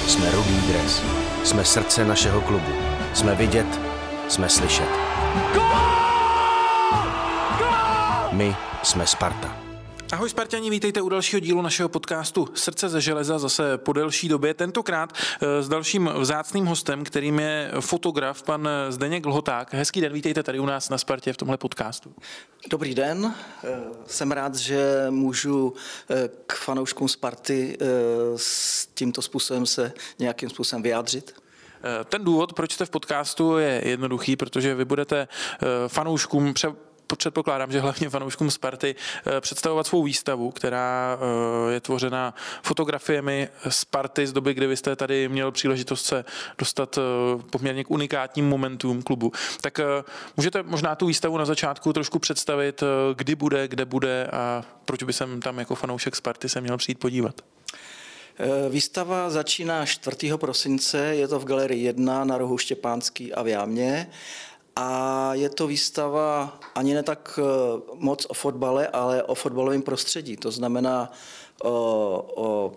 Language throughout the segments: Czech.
Jsme Rudý dres. Jsme srdce našeho klubu. Jsme vidět, jsme slyšet. My jsme Sparta. Ahoj Sparťani, vítejte u dalšího dílu našeho podcastu Srdce ze železa, zase po delší době, tentokrát s dalším vzácným hostem, kterým je fotograf pan Zdeněk Lhoták. Hezký den, vítejte tady u nás na Spartě v tomhle podcastu. Dobrý den, jsem rád, že můžu k fanouškům Sparty s tímto způsobem se nějakým způsobem vyjádřit. Ten důvod, proč jste v podcastu, je jednoduchý, protože vy budete fanouškům předpokládám, že hlavně fanouškům Sparty představovat svou výstavu, která je tvořena fotografiemi Sparty z doby, kdy vy jste tady měl příležitost se dostat poměrně k unikátním momentům klubu. Tak můžete možná tu výstavu na začátku trošku představit, kdy bude, kde bude a proč by jsem tam jako fanoušek Sparty se měl přijít podívat? Výstava začíná 4. prosince, je to v Galerii 1 na rohu Štěpánský a v Jámě. A je to výstava ani ne tak moc o fotbale, ale o fotbalovém prostředí. To znamená o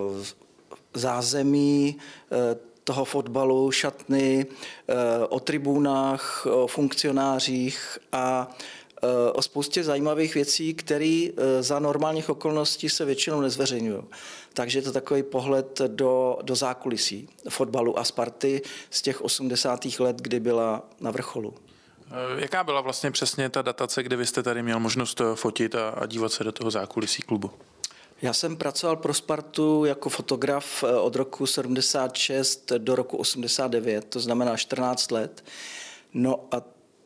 zázemí toho fotbalu, šatny, o tribunách, o funkcionářích a o spoustě zajímavých věcí, které za normálních okolností se většinou nezveřejňují. Takže je to takový pohled do zákulisí fotbalu a Sparty z těch 80. let, kdy byla na vrcholu. Jaká byla vlastně přesně ta datace, kdy vy jste tady měl možnost fotit a dívat se do toho zákulisí klubu? Já jsem pracoval pro Spartu jako fotograf od roku 76 do roku 89, to znamená 14 let. No a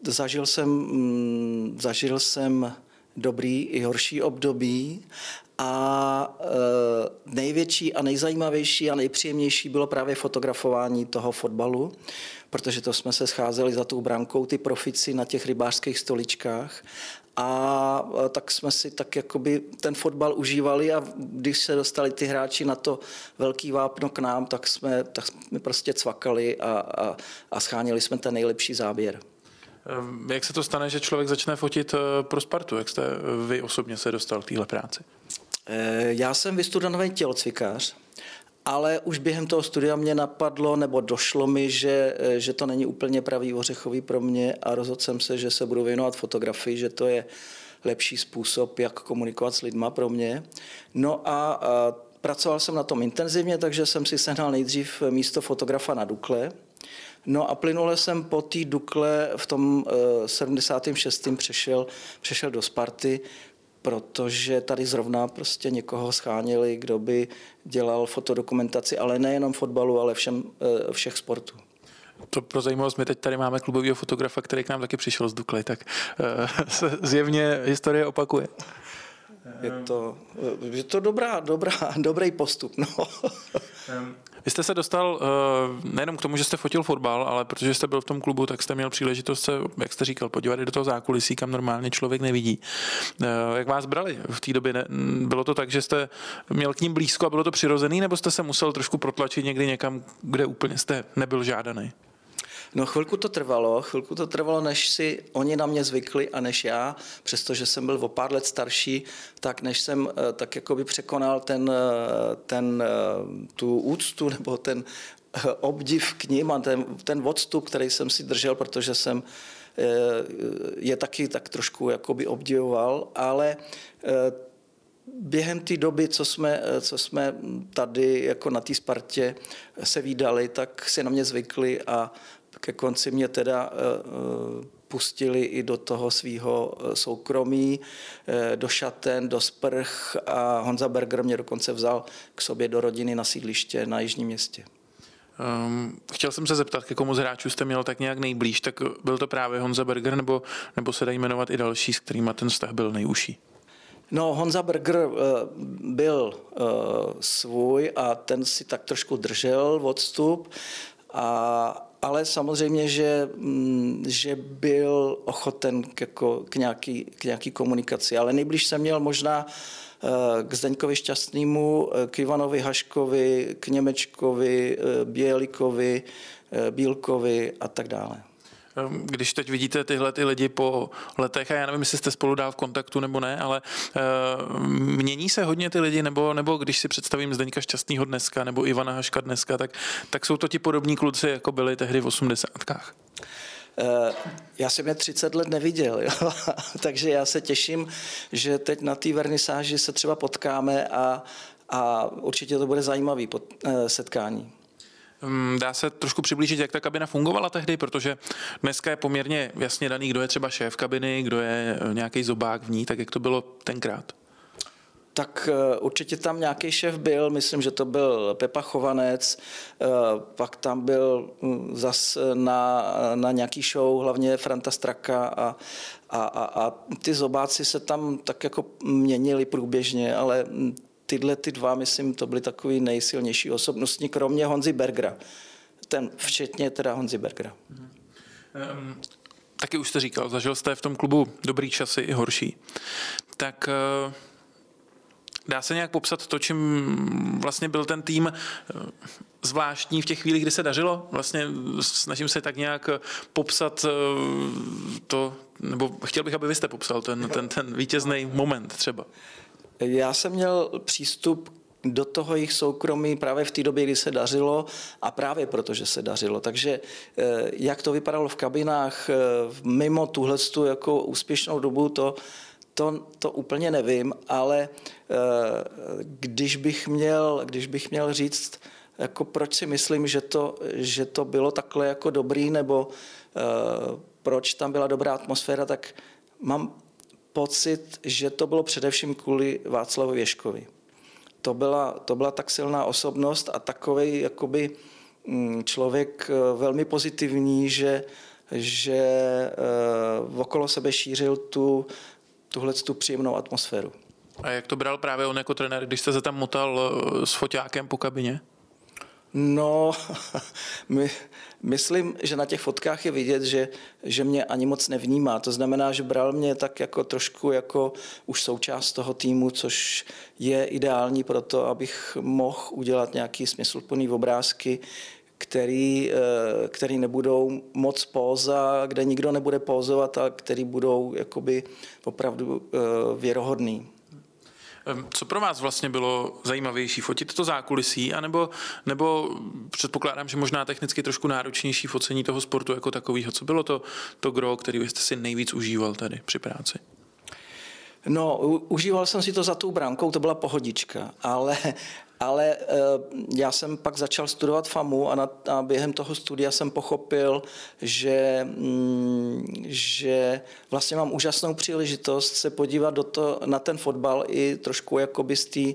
zažil jsem dobrý i horší období a největší a nejzajímavější a nejpříjemnější bylo právě fotografování toho fotbalu, protože to jsme se scházeli za tou brankou, ty profici na těch rybářských stoličkách a tak jsme si tak jakoby ten fotbal užívali a když se dostali ty hráči na to velký vápno k nám, tak jsme prostě cvakali a schánili jsme ten nejlepší záběr. Jak se to stane, že člověk začne fotit pro Spartu? Jak jste vy osobně se dostal k téhle práci? Já jsem vystudovaný tělocvikář, ale už během toho studia mě napadlo, nebo došlo mi, že to není úplně pravý ořechový pro mě a rozhodl jsem se, že se budu věnovat fotografii, že to je lepší způsob, jak komunikovat s lidma pro mě. No a pracoval jsem na tom intenzivně, takže jsem si sehnal nejdřív místo fotografa na Dukle. No a plynule jsem po té Dukle v tom 76. přešel do Sparty, protože tady zrovna prostě někoho scháněli, kdo by dělal fotodokumentaci, ale nejenom fotbalu, ale všech sportů. To pro zajímavost, my teď tady máme klubového fotografa, který k nám taky přišel z Dukly, tak se zjevně historie opakuje. Je to dobrý postup. No. Vy jste se dostal nejenom k tomu, že jste fotil fotbal, ale protože jste byl v tom klubu, tak jste měl příležitost se, jak jste říkal, podívat i do toho zákulisí, kam normálně člověk nevidí. Jak vás brali v té době? Bylo to tak, že jste měl k ním blízko a bylo to přirozený, nebo jste se musel trošku protlačit někdy někam, kde úplně jste nebyl žádaný? No chvilku to trvalo, než si oni na mě zvykli a než já, přestože jsem byl o pár let starší, tak než jsem tak jakoby překonal tu úctu nebo ten obdiv k nim a ten odstup, který jsem si držel, protože jsem je taky tak trošku jakoby obdivoval, ale během té doby, co jsme tady jako na té Spartě se vídali, tak si na mě zvykli a ke konci mě teda pustili i do toho svého soukromí, do šaten, do sprch a Honza Berger mě dokonce vzal k sobě do rodiny na sídliště na Jižním Městě. Chtěl jsem se zeptat, ke komu z hráčů jste měl tak nějak nejblíž, tak byl to právě Honza Berger nebo se dají jmenovat i další, s kterýma ten vztah byl nejužší? No, Honza Berger byl svůj a ten si tak trošku držel odstup, ale samozřejmě, že byl ochoten k nějaký komunikaci. Ale nejblíž jsem měl možná k Zdeňkovi Šťastnému, k Ivanovi Haškovi, k Němečkovi, Bělikovi, Bílkovi a tak dále. Když teď vidíte tyhle ty lidi po letech, a já nevím, jestli jste spolu dál v kontaktu nebo ne, ale mění se hodně ty lidi, nebo když si představím Zdeňka Šťastnýho dneska, nebo Ivana Haška dneska, tak jsou to ti podobní kluci, jako byli tehdy v 80kách. Já jsem je 30 let neviděl, jo? Takže já se těším, že teď na té vernisáži se třeba potkáme a určitě to bude zajímavý setkání. Dá se trošku přiblížit, jak ta kabina fungovala tehdy, protože dneska je poměrně jasně daný, kdo je třeba šéf kabiny, kdo je nějaký zobák v ní, tak jak to bylo tenkrát? Tak určitě tam nějaký šéf byl, myslím, že to byl Pepa Chovanec, pak tam byl zas na nějaký show, hlavně Franta Straka a ty zobáci se tam tak jako měnili průběžně, ale tyhle ty dva, myslím, to byly takový nejsilnější osobnosti, kromě Honzy Bergera. Včetně teda Honzy Bergera. Taky už jste říkal, zažil jste v tom klubu dobrý časy i horší. Tak dá se nějak popsat to, čím vlastně byl ten tým zvláštní v těch chvílích, kdy se dařilo? Vlastně snažím se tak nějak popsat to, nebo chtěl bych, aby vy jste popsal ten vítězný moment třeba. Já jsem měl přístup do toho jejich soukromí právě v té době, kdy se dařilo a právě protože se dařilo. Takže jak to vypadalo v kabinách mimo tuhletu jako úspěšnou dobu, to úplně nevím, ale když bych měl říct, jako proč si myslím, že to bylo takhle jako dobrý, nebo proč tam byla dobrá atmosféra, tak mám pocit, že to bylo především kvůli Václavu Věškovi. To byla tak silná osobnost a takovej jakoby člověk velmi pozitivní, že okolo sebe šířil tuhletu příjemnou atmosféru. A jak to bral právě on jako trenér, když jste se tam motal s foťákem po kabině? No, myslím, že na těch fotkách je vidět, že mě ani moc nevnímá. To znamená, že bral mě tak jako trošku jako už součást toho týmu, což je ideální pro to, abych mohl udělat nějaký smysluplný obrázky, který nebudou moc póza, kde nikdo nebude pózovat a který budou jakoby opravdu věrohodný. Co pro vás vlastně bylo zajímavější? Fotit to zákulisí, nebo předpokládám, že možná technicky trošku náročnější focení toho sportu jako takového? Co bylo to gro, který jste si nejvíc užíval tady při práci? No, užíval jsem si to za tou brankou, to byla pohodička, ale já jsem pak začal studovat FAMu a během toho studia jsem pochopil, že vlastně mám úžasnou příležitost se podívat na ten fotbal i trošku jakoby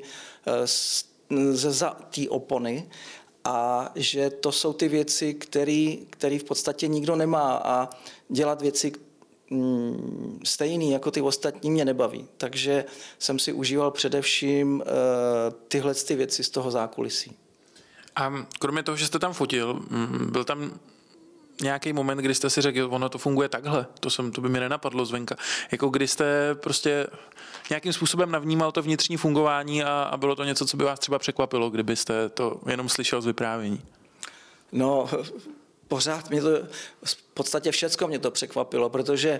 za té opony a že to jsou ty věci, které v podstatě nikdo nemá a dělat věci stejný jako ty ostatní mě nebaví. Takže jsem si užíval především tyhle ty věci z toho zákulisí. A kromě toho, že jste tam fotil, byl tam nějaký moment, kdy jste si řekl, ono to funguje takhle, to by mi nenapadlo zvenka. Jako kdy jste prostě nějakým způsobem navnímal to vnitřní fungování a bylo to něco, co by vás třeba překvapilo, kdybyste to jenom slyšel z vyprávění? No, pořád mě to, v podstatě všecko mě to překvapilo, protože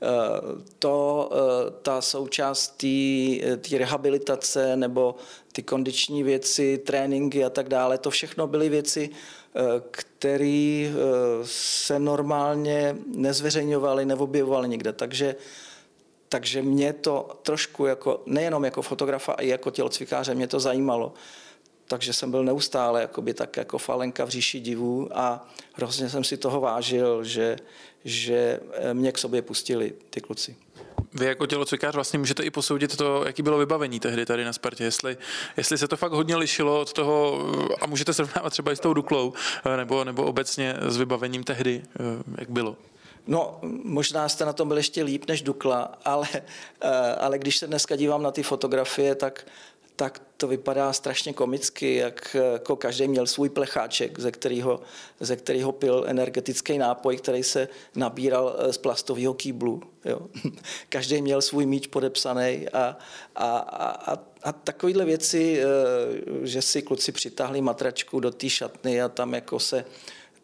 ta součást té rehabilitace nebo ty kondiční věci, tréninky a tak dále, to všechno byly věci, které se normálně nezveřejňovaly, neobjevovaly nikde. Takže mě to trošku nejenom jako fotografa, i jako tělocvikáře mě to zajímalo. Takže jsem byl neustále jakoby tak jako falenka v říši divů a hrozně jsem si toho vážil, že mě k sobě pustili ty kluci. Vy jako tělocvikář vlastně můžete i posoudit to, jaký bylo vybavení tehdy tady na Spartě, jestli se to fakt hodně lišilo od toho, a můžete srovnávat třeba i s tou Duklou, nebo obecně s vybavením tehdy, jak bylo. No, možná jste na tom byl ještě líp než Dukla, ale když se dneska dívám na ty fotografie, tak to vypadá strašně komicky, jako každý měl svůj plecháček, ze kterého pil energetický nápoj, který se nabíral z plastového kýblu. Jo. Každý měl svůj míč podepsaný a takovéhle věci, že si kluci přitáhli matračku do té šatny a tam jako se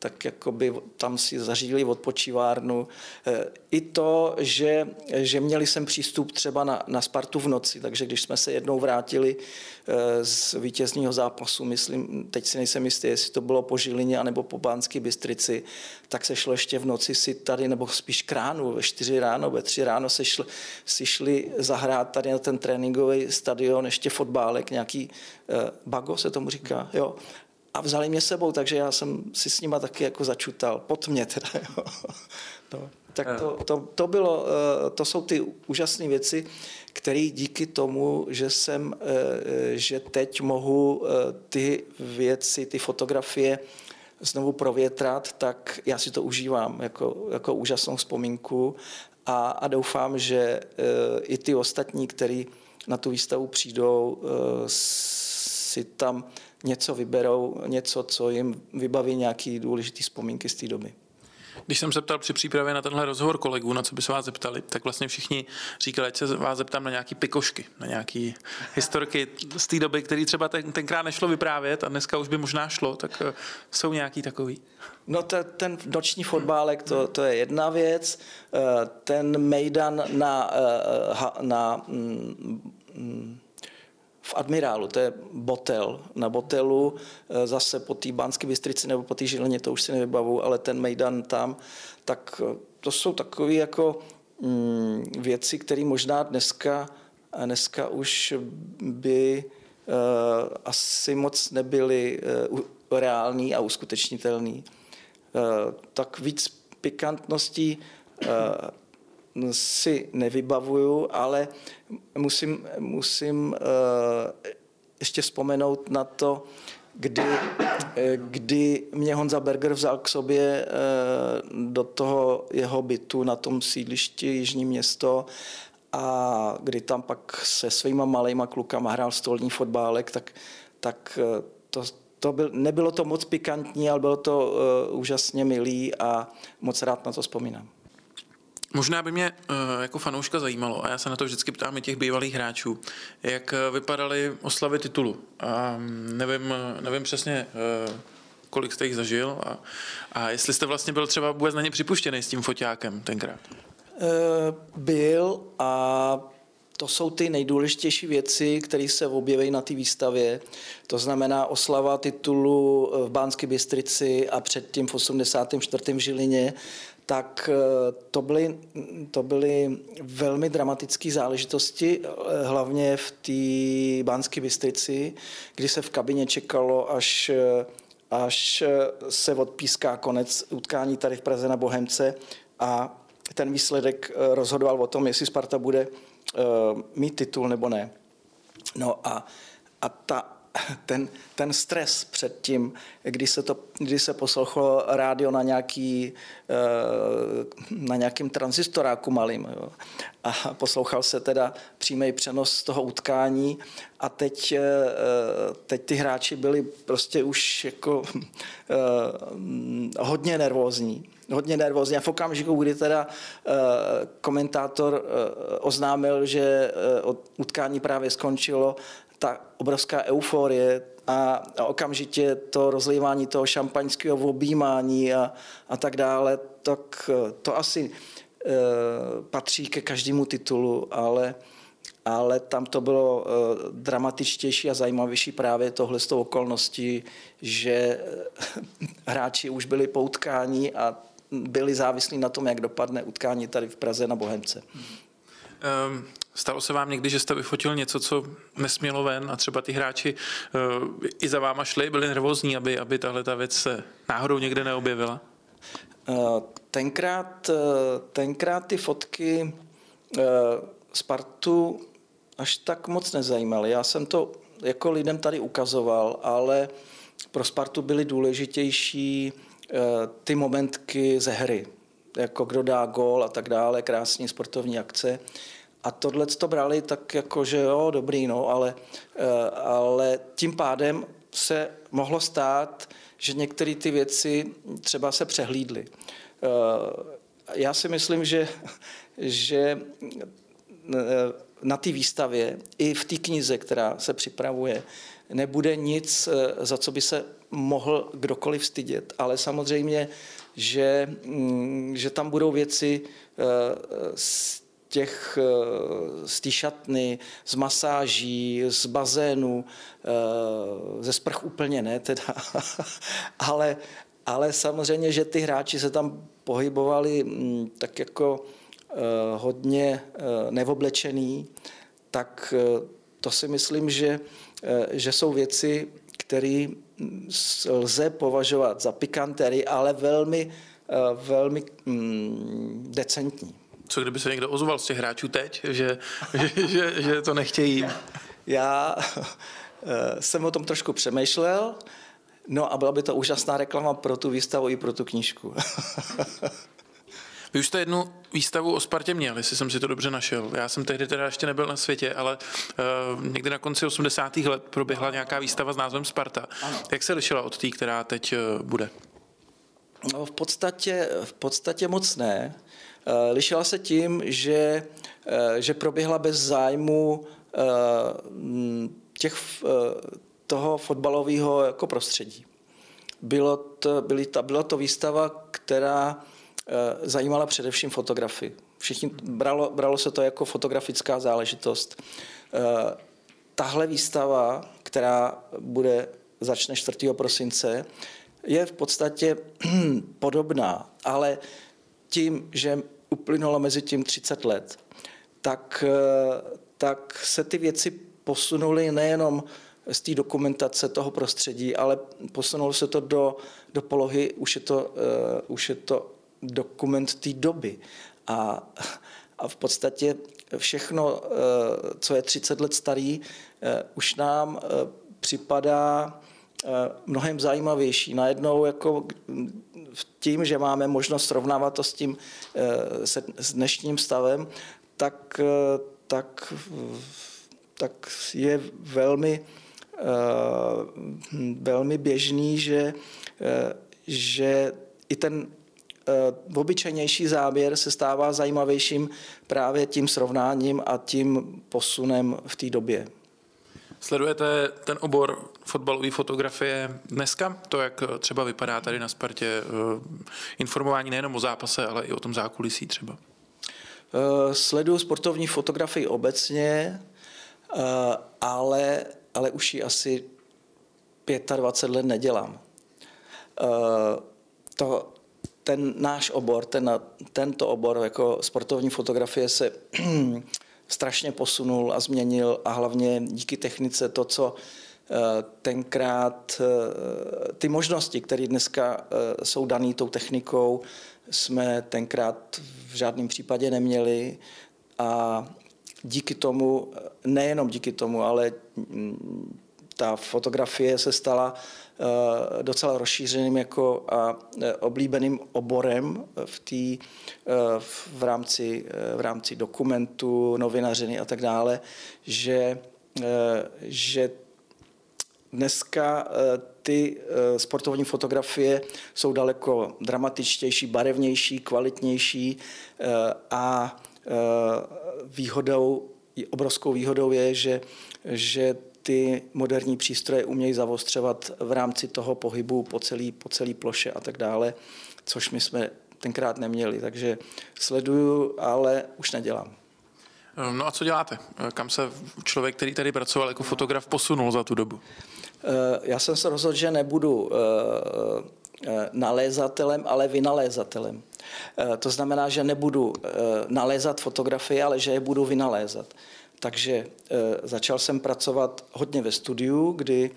tak jakoby tam si zařídili odpočívárnu. I to, že měli jsem přístup třeba na Spartu v noci, takže když jsme se jednou vrátili z vítězního zápasu, myslím, teď si nejsem jistý, jestli to bylo po Žilině anebo po Banské Bystrici, tak se šlo ještě v noci si tady, nebo spíš k ránu, ve 4 ráno, ve 3 ráno si šli zahrát tady na ten tréninkový stadion, ještě fotbálek, nějaký bago se tomu říká, jo. A vzali mě sebou, takže já jsem si s nima taky jako začutal, pod mě teda, jo. No, tak to bylo, to jsou ty úžasné věci, které díky tomu, že teď mohu ty věci, ty fotografie znovu provětrat, tak já si to užívám jako úžasnou vzpomínku a doufám, že i ty ostatní, kteří na tu výstavu přijdou, si tam něco vyberou, něco, co jim vybaví nějaký důležitý vzpomínky z té doby. Když jsem se ptal při přípravě na tenhle rozhovor kolegů, na co by se vás zeptali, tak vlastně všichni říkali, ať se vás zeptám na nějaký pikošky, na nějaký historky z té doby, které třeba tenkrát nešlo vyprávět a dneska už by možná šlo, tak jsou nějaký takový? No ten noční fotbálek, to je jedna věc. Ten mejdan v Admirálu, to je Botel. Na Botelu zase po té Banské Bystrici nebo po té Žilině, to už si nevybavu, ale ten mejdan tam, tak to jsou takové jako věci, které možná dneska už by asi moc nebyly reální a uskutečnitelný. Tak víc pikantností si nevybavuju, ale musím ještě vzpomenout na to, kdy mě Honza Berger vzal k sobě do toho jeho bytu na tom sídlišti Jižní Město a kdy tam pak se svýma malejma klukama hrál stolní fotbálek, tak nebylo to moc pikantní, ale bylo to úžasně milý a moc rád na to vzpomínám. Možná by mě jako fanouška zajímalo, a já se na to vždycky ptám i těch bývalých hráčů, jak vypadaly oslavy titulu. A nevím přesně, kolik jste jich zažil a jestli jste vlastně byl třeba vůbec na ně připuštěný s tím foťákem tenkrát. Byl a to jsou ty nejdůležitější věci, které se objeví na té výstavě. To znamená oslava titulu v Banské Bystrici a předtím v 84. v Žilině. Tak to byly velmi dramatické záležitosti, hlavně v té Banské Bystrici, kdy se v kabině čekalo, až se odpíská konec utkání tady v Praze na Bohemce a ten výsledek rozhodoval o tom, jestli Sparta bude mít titul nebo ne. No a ten stres před tím, kdy se poslouchalo rádio na nějakým transistoráku malým, jo, a poslouchal se teda přímý přenos z toho utkání a teď ty hráči byli prostě už jako hodně nervózní. A v okamžiku, kdy teda komentátor oznámil, že utkání právě skončilo, ta obrovská euforie a okamžitě to rozlívání toho šampaňského objímání a tak dále, tak to asi patří ke každému titulu, ale tam to bylo dramatičtější a zajímavější právě tohle z toho okolností, že hráči už byli po utkání a byli závislí na tom, jak dopadne utkání tady v Praze na Bohemce. Stalo se vám někdy, že jste vyfotil něco, co nesmělo ven a třeba ty hráči i za váma šli, byli nervózní, aby tahle ta věc se náhodou někde neobjevila? Tenkrát ty fotky Spartu až tak moc nezajímaly. Já jsem to jako lidem tady ukazoval, ale pro Spartu byly důležitější ty momentky ze hry, jako kdo dá gól a tak dále, krásný sportovní akce. A tohle to brali tak jako, že jo, dobrý, no, ale tím pádem se mohlo stát, že některé ty věci třeba se přehlídly. Já si myslím, že na té výstavě i v té knize, která se připravuje, nebude nic, za co by se mohl kdokoliv stydět, ale samozřejmě, že tam budou věci z té šatny, z masáží, z bazénu, ze sprch úplně ne teda, ale samozřejmě, že ty hráči se tam pohybovali tak jako hodně neoblečený, tak to si myslím, že jsou věci, které lze považovat za pikantery, ale velmi, velmi decentní. Co kdyby se někdo ozval z těch hráčů teď, že to nechtějí? Já jsem o tom trošku přemýšlel, no a byla by to úžasná reklama pro tu výstavu i pro tu knížku. Vy už jste jednu výstavu o Spartě měl, jestli jsem si to dobře našel. Já jsem tehdy teda ještě nebyl na světě, ale někdy na konci 80. let proběhla nějaká výstava s názvem Sparta. Ano. Jak se lišila od té, která teď bude? No, v podstatě moc ne. Lišila se tím, že proběhla bez zájmu toho fotbalového jako prostředí. Byla to výstava, která zajímala především fotografii. Bralo se to jako fotografická záležitost. Tahle výstava, která začne 4. prosince, je v podstatě podobná, ale tím, že uplynulo mezi tím 30 let, tak se ty věci posunuly nejenom z té dokumentace toho prostředí, ale posunulo se to do polohy, už je to dokument té doby. A v podstatě všechno, co je 30 let starý, už nám připadá mnohem zajímavější. Najednou jako tím, že máme možnost srovnávat to s dnešním stavem, tak je velmi běžný, že i ten obyčejnější záběr se stává zajímavějším právě tím srovnáním a tím posunem v té době. Sledujete ten obor fotbalové fotografie dneska? To, jak třeba vypadá tady na Spartě? Informování nejenom o zápase, ale i o tom zákulisí třeba. Sleduju sportovní fotografii obecně, ale už ji asi 25 let nedělám. Ten náš obor, tento obor jako sportovní fotografie se strašně posunul a změnil a hlavně díky technice to, co tenkrát, ty možnosti, které dneska jsou dané tou technikou, jsme tenkrát v žádném případě neměli a díky tomu, nejenom díky tomu, ale ta fotografie se stala docela rozšířeným jako a oblíbeným oborem v rámci dokumentu, novinařiny a tak dále, že dneska ty sportovní fotografie jsou daleko dramatičtější, barevnější, kvalitnější a obrovskou výhodou je, že ty moderní přístroje umějí zavostřovat v rámci toho pohybu po celé ploše a tak dále, což my jsme tenkrát neměli. Takže sleduju, ale už nedělám. No a co děláte? Kam se člověk, který tady pracoval jako fotograf, posunul za tu dobu? Já jsem se rozhodl, že nebudu nalézatelem, ale vynalézatelem. To znamená, že nebudu nalézat fotografie, ale že je budu vynalézat. Takže začal jsem pracovat hodně ve studiu,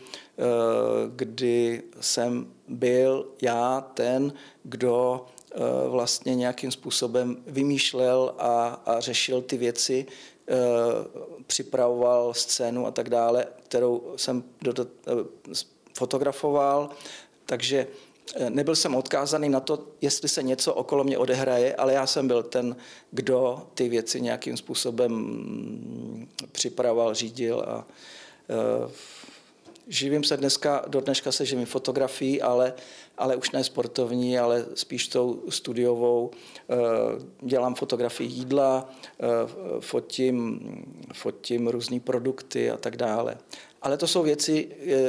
kdy jsem byl já ten, kdo vlastně nějakým způsobem vymýšlel a řešil ty věci, připravoval scénu a tak dále, kterou jsem fotografoval, takže nebyl jsem odkázaný na to, jestli se něco okolo mě odehraje, ale já jsem byl ten, kdo ty věci nějakým způsobem připravoval, řídil a živím se do dneška se živím fotografií, ale už ne sportovní, ale spíš tou studiovou. Dělám fotografii jídla, fotím různé produkty a tak dále. Ale to jsou věci,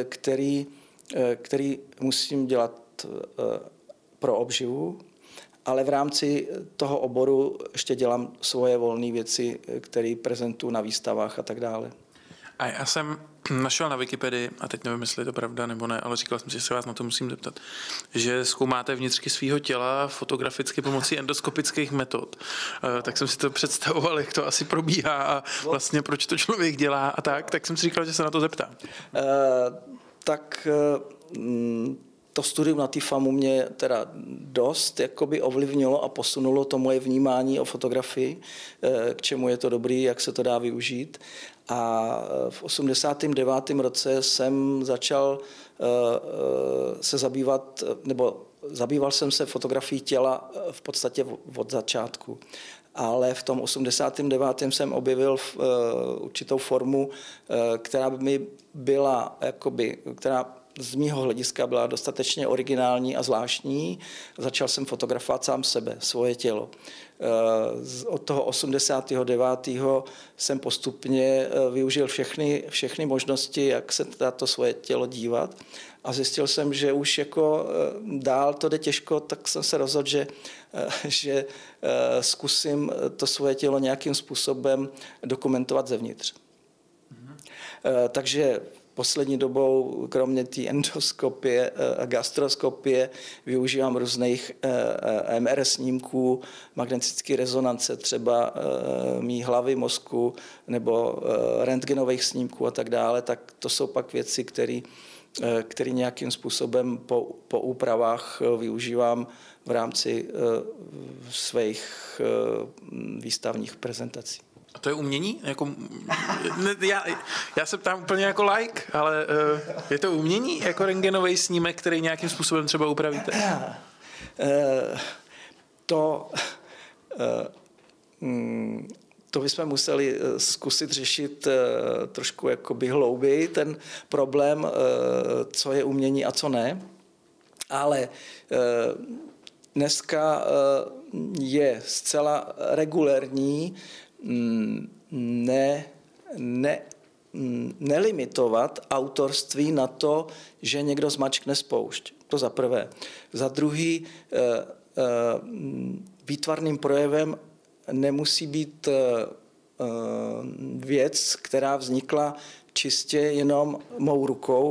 které musím dělat pro obživu, ale v rámci toho oboru ještě dělám svoje volné věci, které prezentuju na výstavách a tak dále. A já jsem našel na Wikipedii, a teď nevím, jestli je to pravda nebo ne, ale říkal jsem si, že se vás na to musím zeptat, že zkoumáte vnitřky svého těla fotograficky pomocí endoskopických metod. Tak jsem si to představoval, jak to asi probíhá a vlastně proč to člověk dělá a tak jsem si říkal, že se na to zeptám. To studium na TIFAMu mě teda dost jakoby ovlivnilo a posunulo to moje vnímání o fotografii, k čemu je to dobrý, jak se to dá využít. A v 89. roce jsem začal se zabývat, nebo zabýval jsem se fotografií těla v podstatě od začátku. Ale v tom 89. jsem objevil určitou formu, která by mi byla, která z mýho hlediska byla dostatečně originální a zvláštní. Začal jsem fotografovat sám sebe, svoje tělo. Od toho 89. jsem postupně využil všechny možnosti, jak se na to svoje tělo dívat. A zjistil jsem, že už jako dál to jde těžko, tak jsem se rozhodl, že zkusím to svoje tělo nějakým způsobem dokumentovat zevnitř. Takže poslední dobou, kromě té endoskopie a gastroskopie, využívám různých MR snímků, magnetické rezonance, třeba mý hlavy, mozku, nebo rentgenových snímků a tak dále, tak to jsou pak věci, které nějakým způsobem po úpravách využívám v rámci svých výstavních prezentací. A to je umění? Já se ptám úplně jako like, ale je to umění? Jako rentgenový snímek, který nějakým způsobem třeba upravíte? To bychom museli zkusit řešit trošku jakoby hlouběji ten problém, co je umění a co ne. Ale dneska je zcela regulérní nelimitovat autorství na to, že někdo zmačkne spoušť. To za prvé. Za druhý, výtvarným projevem nemusí být věc, která vznikla čistě jenom mou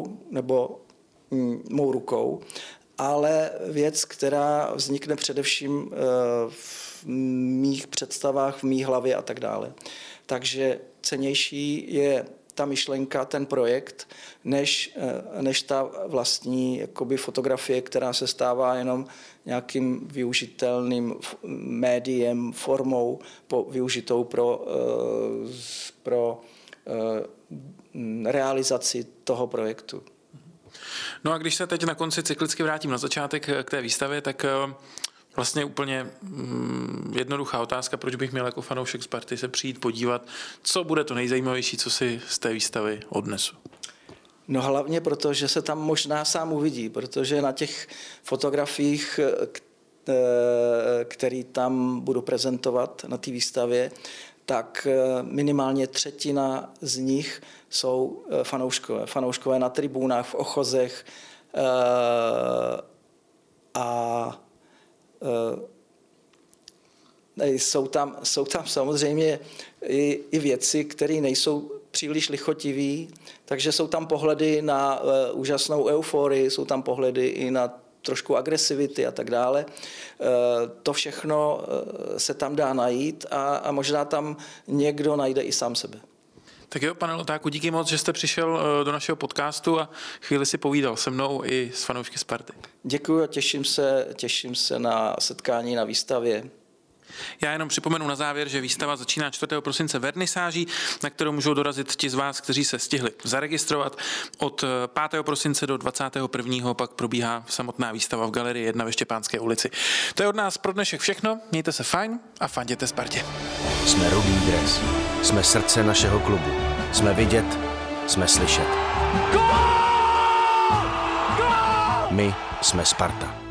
rukou, ale věc, která vznikne především v mých představách, v mý hlavě a tak dále. Takže cennější je ta myšlenka, ten projekt, než ta vlastní jakoby fotografie, která se stává jenom nějakým využitelným médiem, formou využitou pro realizaci toho projektu. No a když se teď na konci cyklicky vrátím na začátek k té výstavě, tak vlastně úplně jednoduchá otázka, proč bych měl jako fanoušek Sparty se přijít podívat, co bude to nejzajímavější, co si z té výstavy odnesu. No hlavně proto, že se tam možná sám uvidí, protože na těch fotografiích, který tam budu prezentovat na té výstavě, tak minimálně třetina z nich jsou fanouškové. Fanouškové na tribunách, v ochozech a jsou tam samozřejmě i věci, které nejsou příliš lichotivý, takže jsou tam pohledy na úžasnou euforii, jsou tam pohledy i na trošku agresivity a tak dále. To všechno se tam dá najít a možná tam někdo najde i sám sebe. Tak jo, pane Lotáku, díky moc, že jste přišel do našeho podcastu a chvíli si povídal se mnou i s fanoušky Sparty. Děkuji a těším se na setkání na výstavě. Já jenom připomenu na závěr, že výstava začíná 4. prosince vernisáží, na kterou můžou dorazit ti z vás, kteří se stihli zaregistrovat. Od 5. prosince do 21. pak probíhá samotná výstava v Galerii 1 ve Štěpánské ulici. To je od nás pro dnešek všechno. Mějte se fajn a fanděte Spartě. Jsme Rudý dres. Jsme srdce našeho klubu. Jsme vidět, jsme slyšet. My jsme Sparta.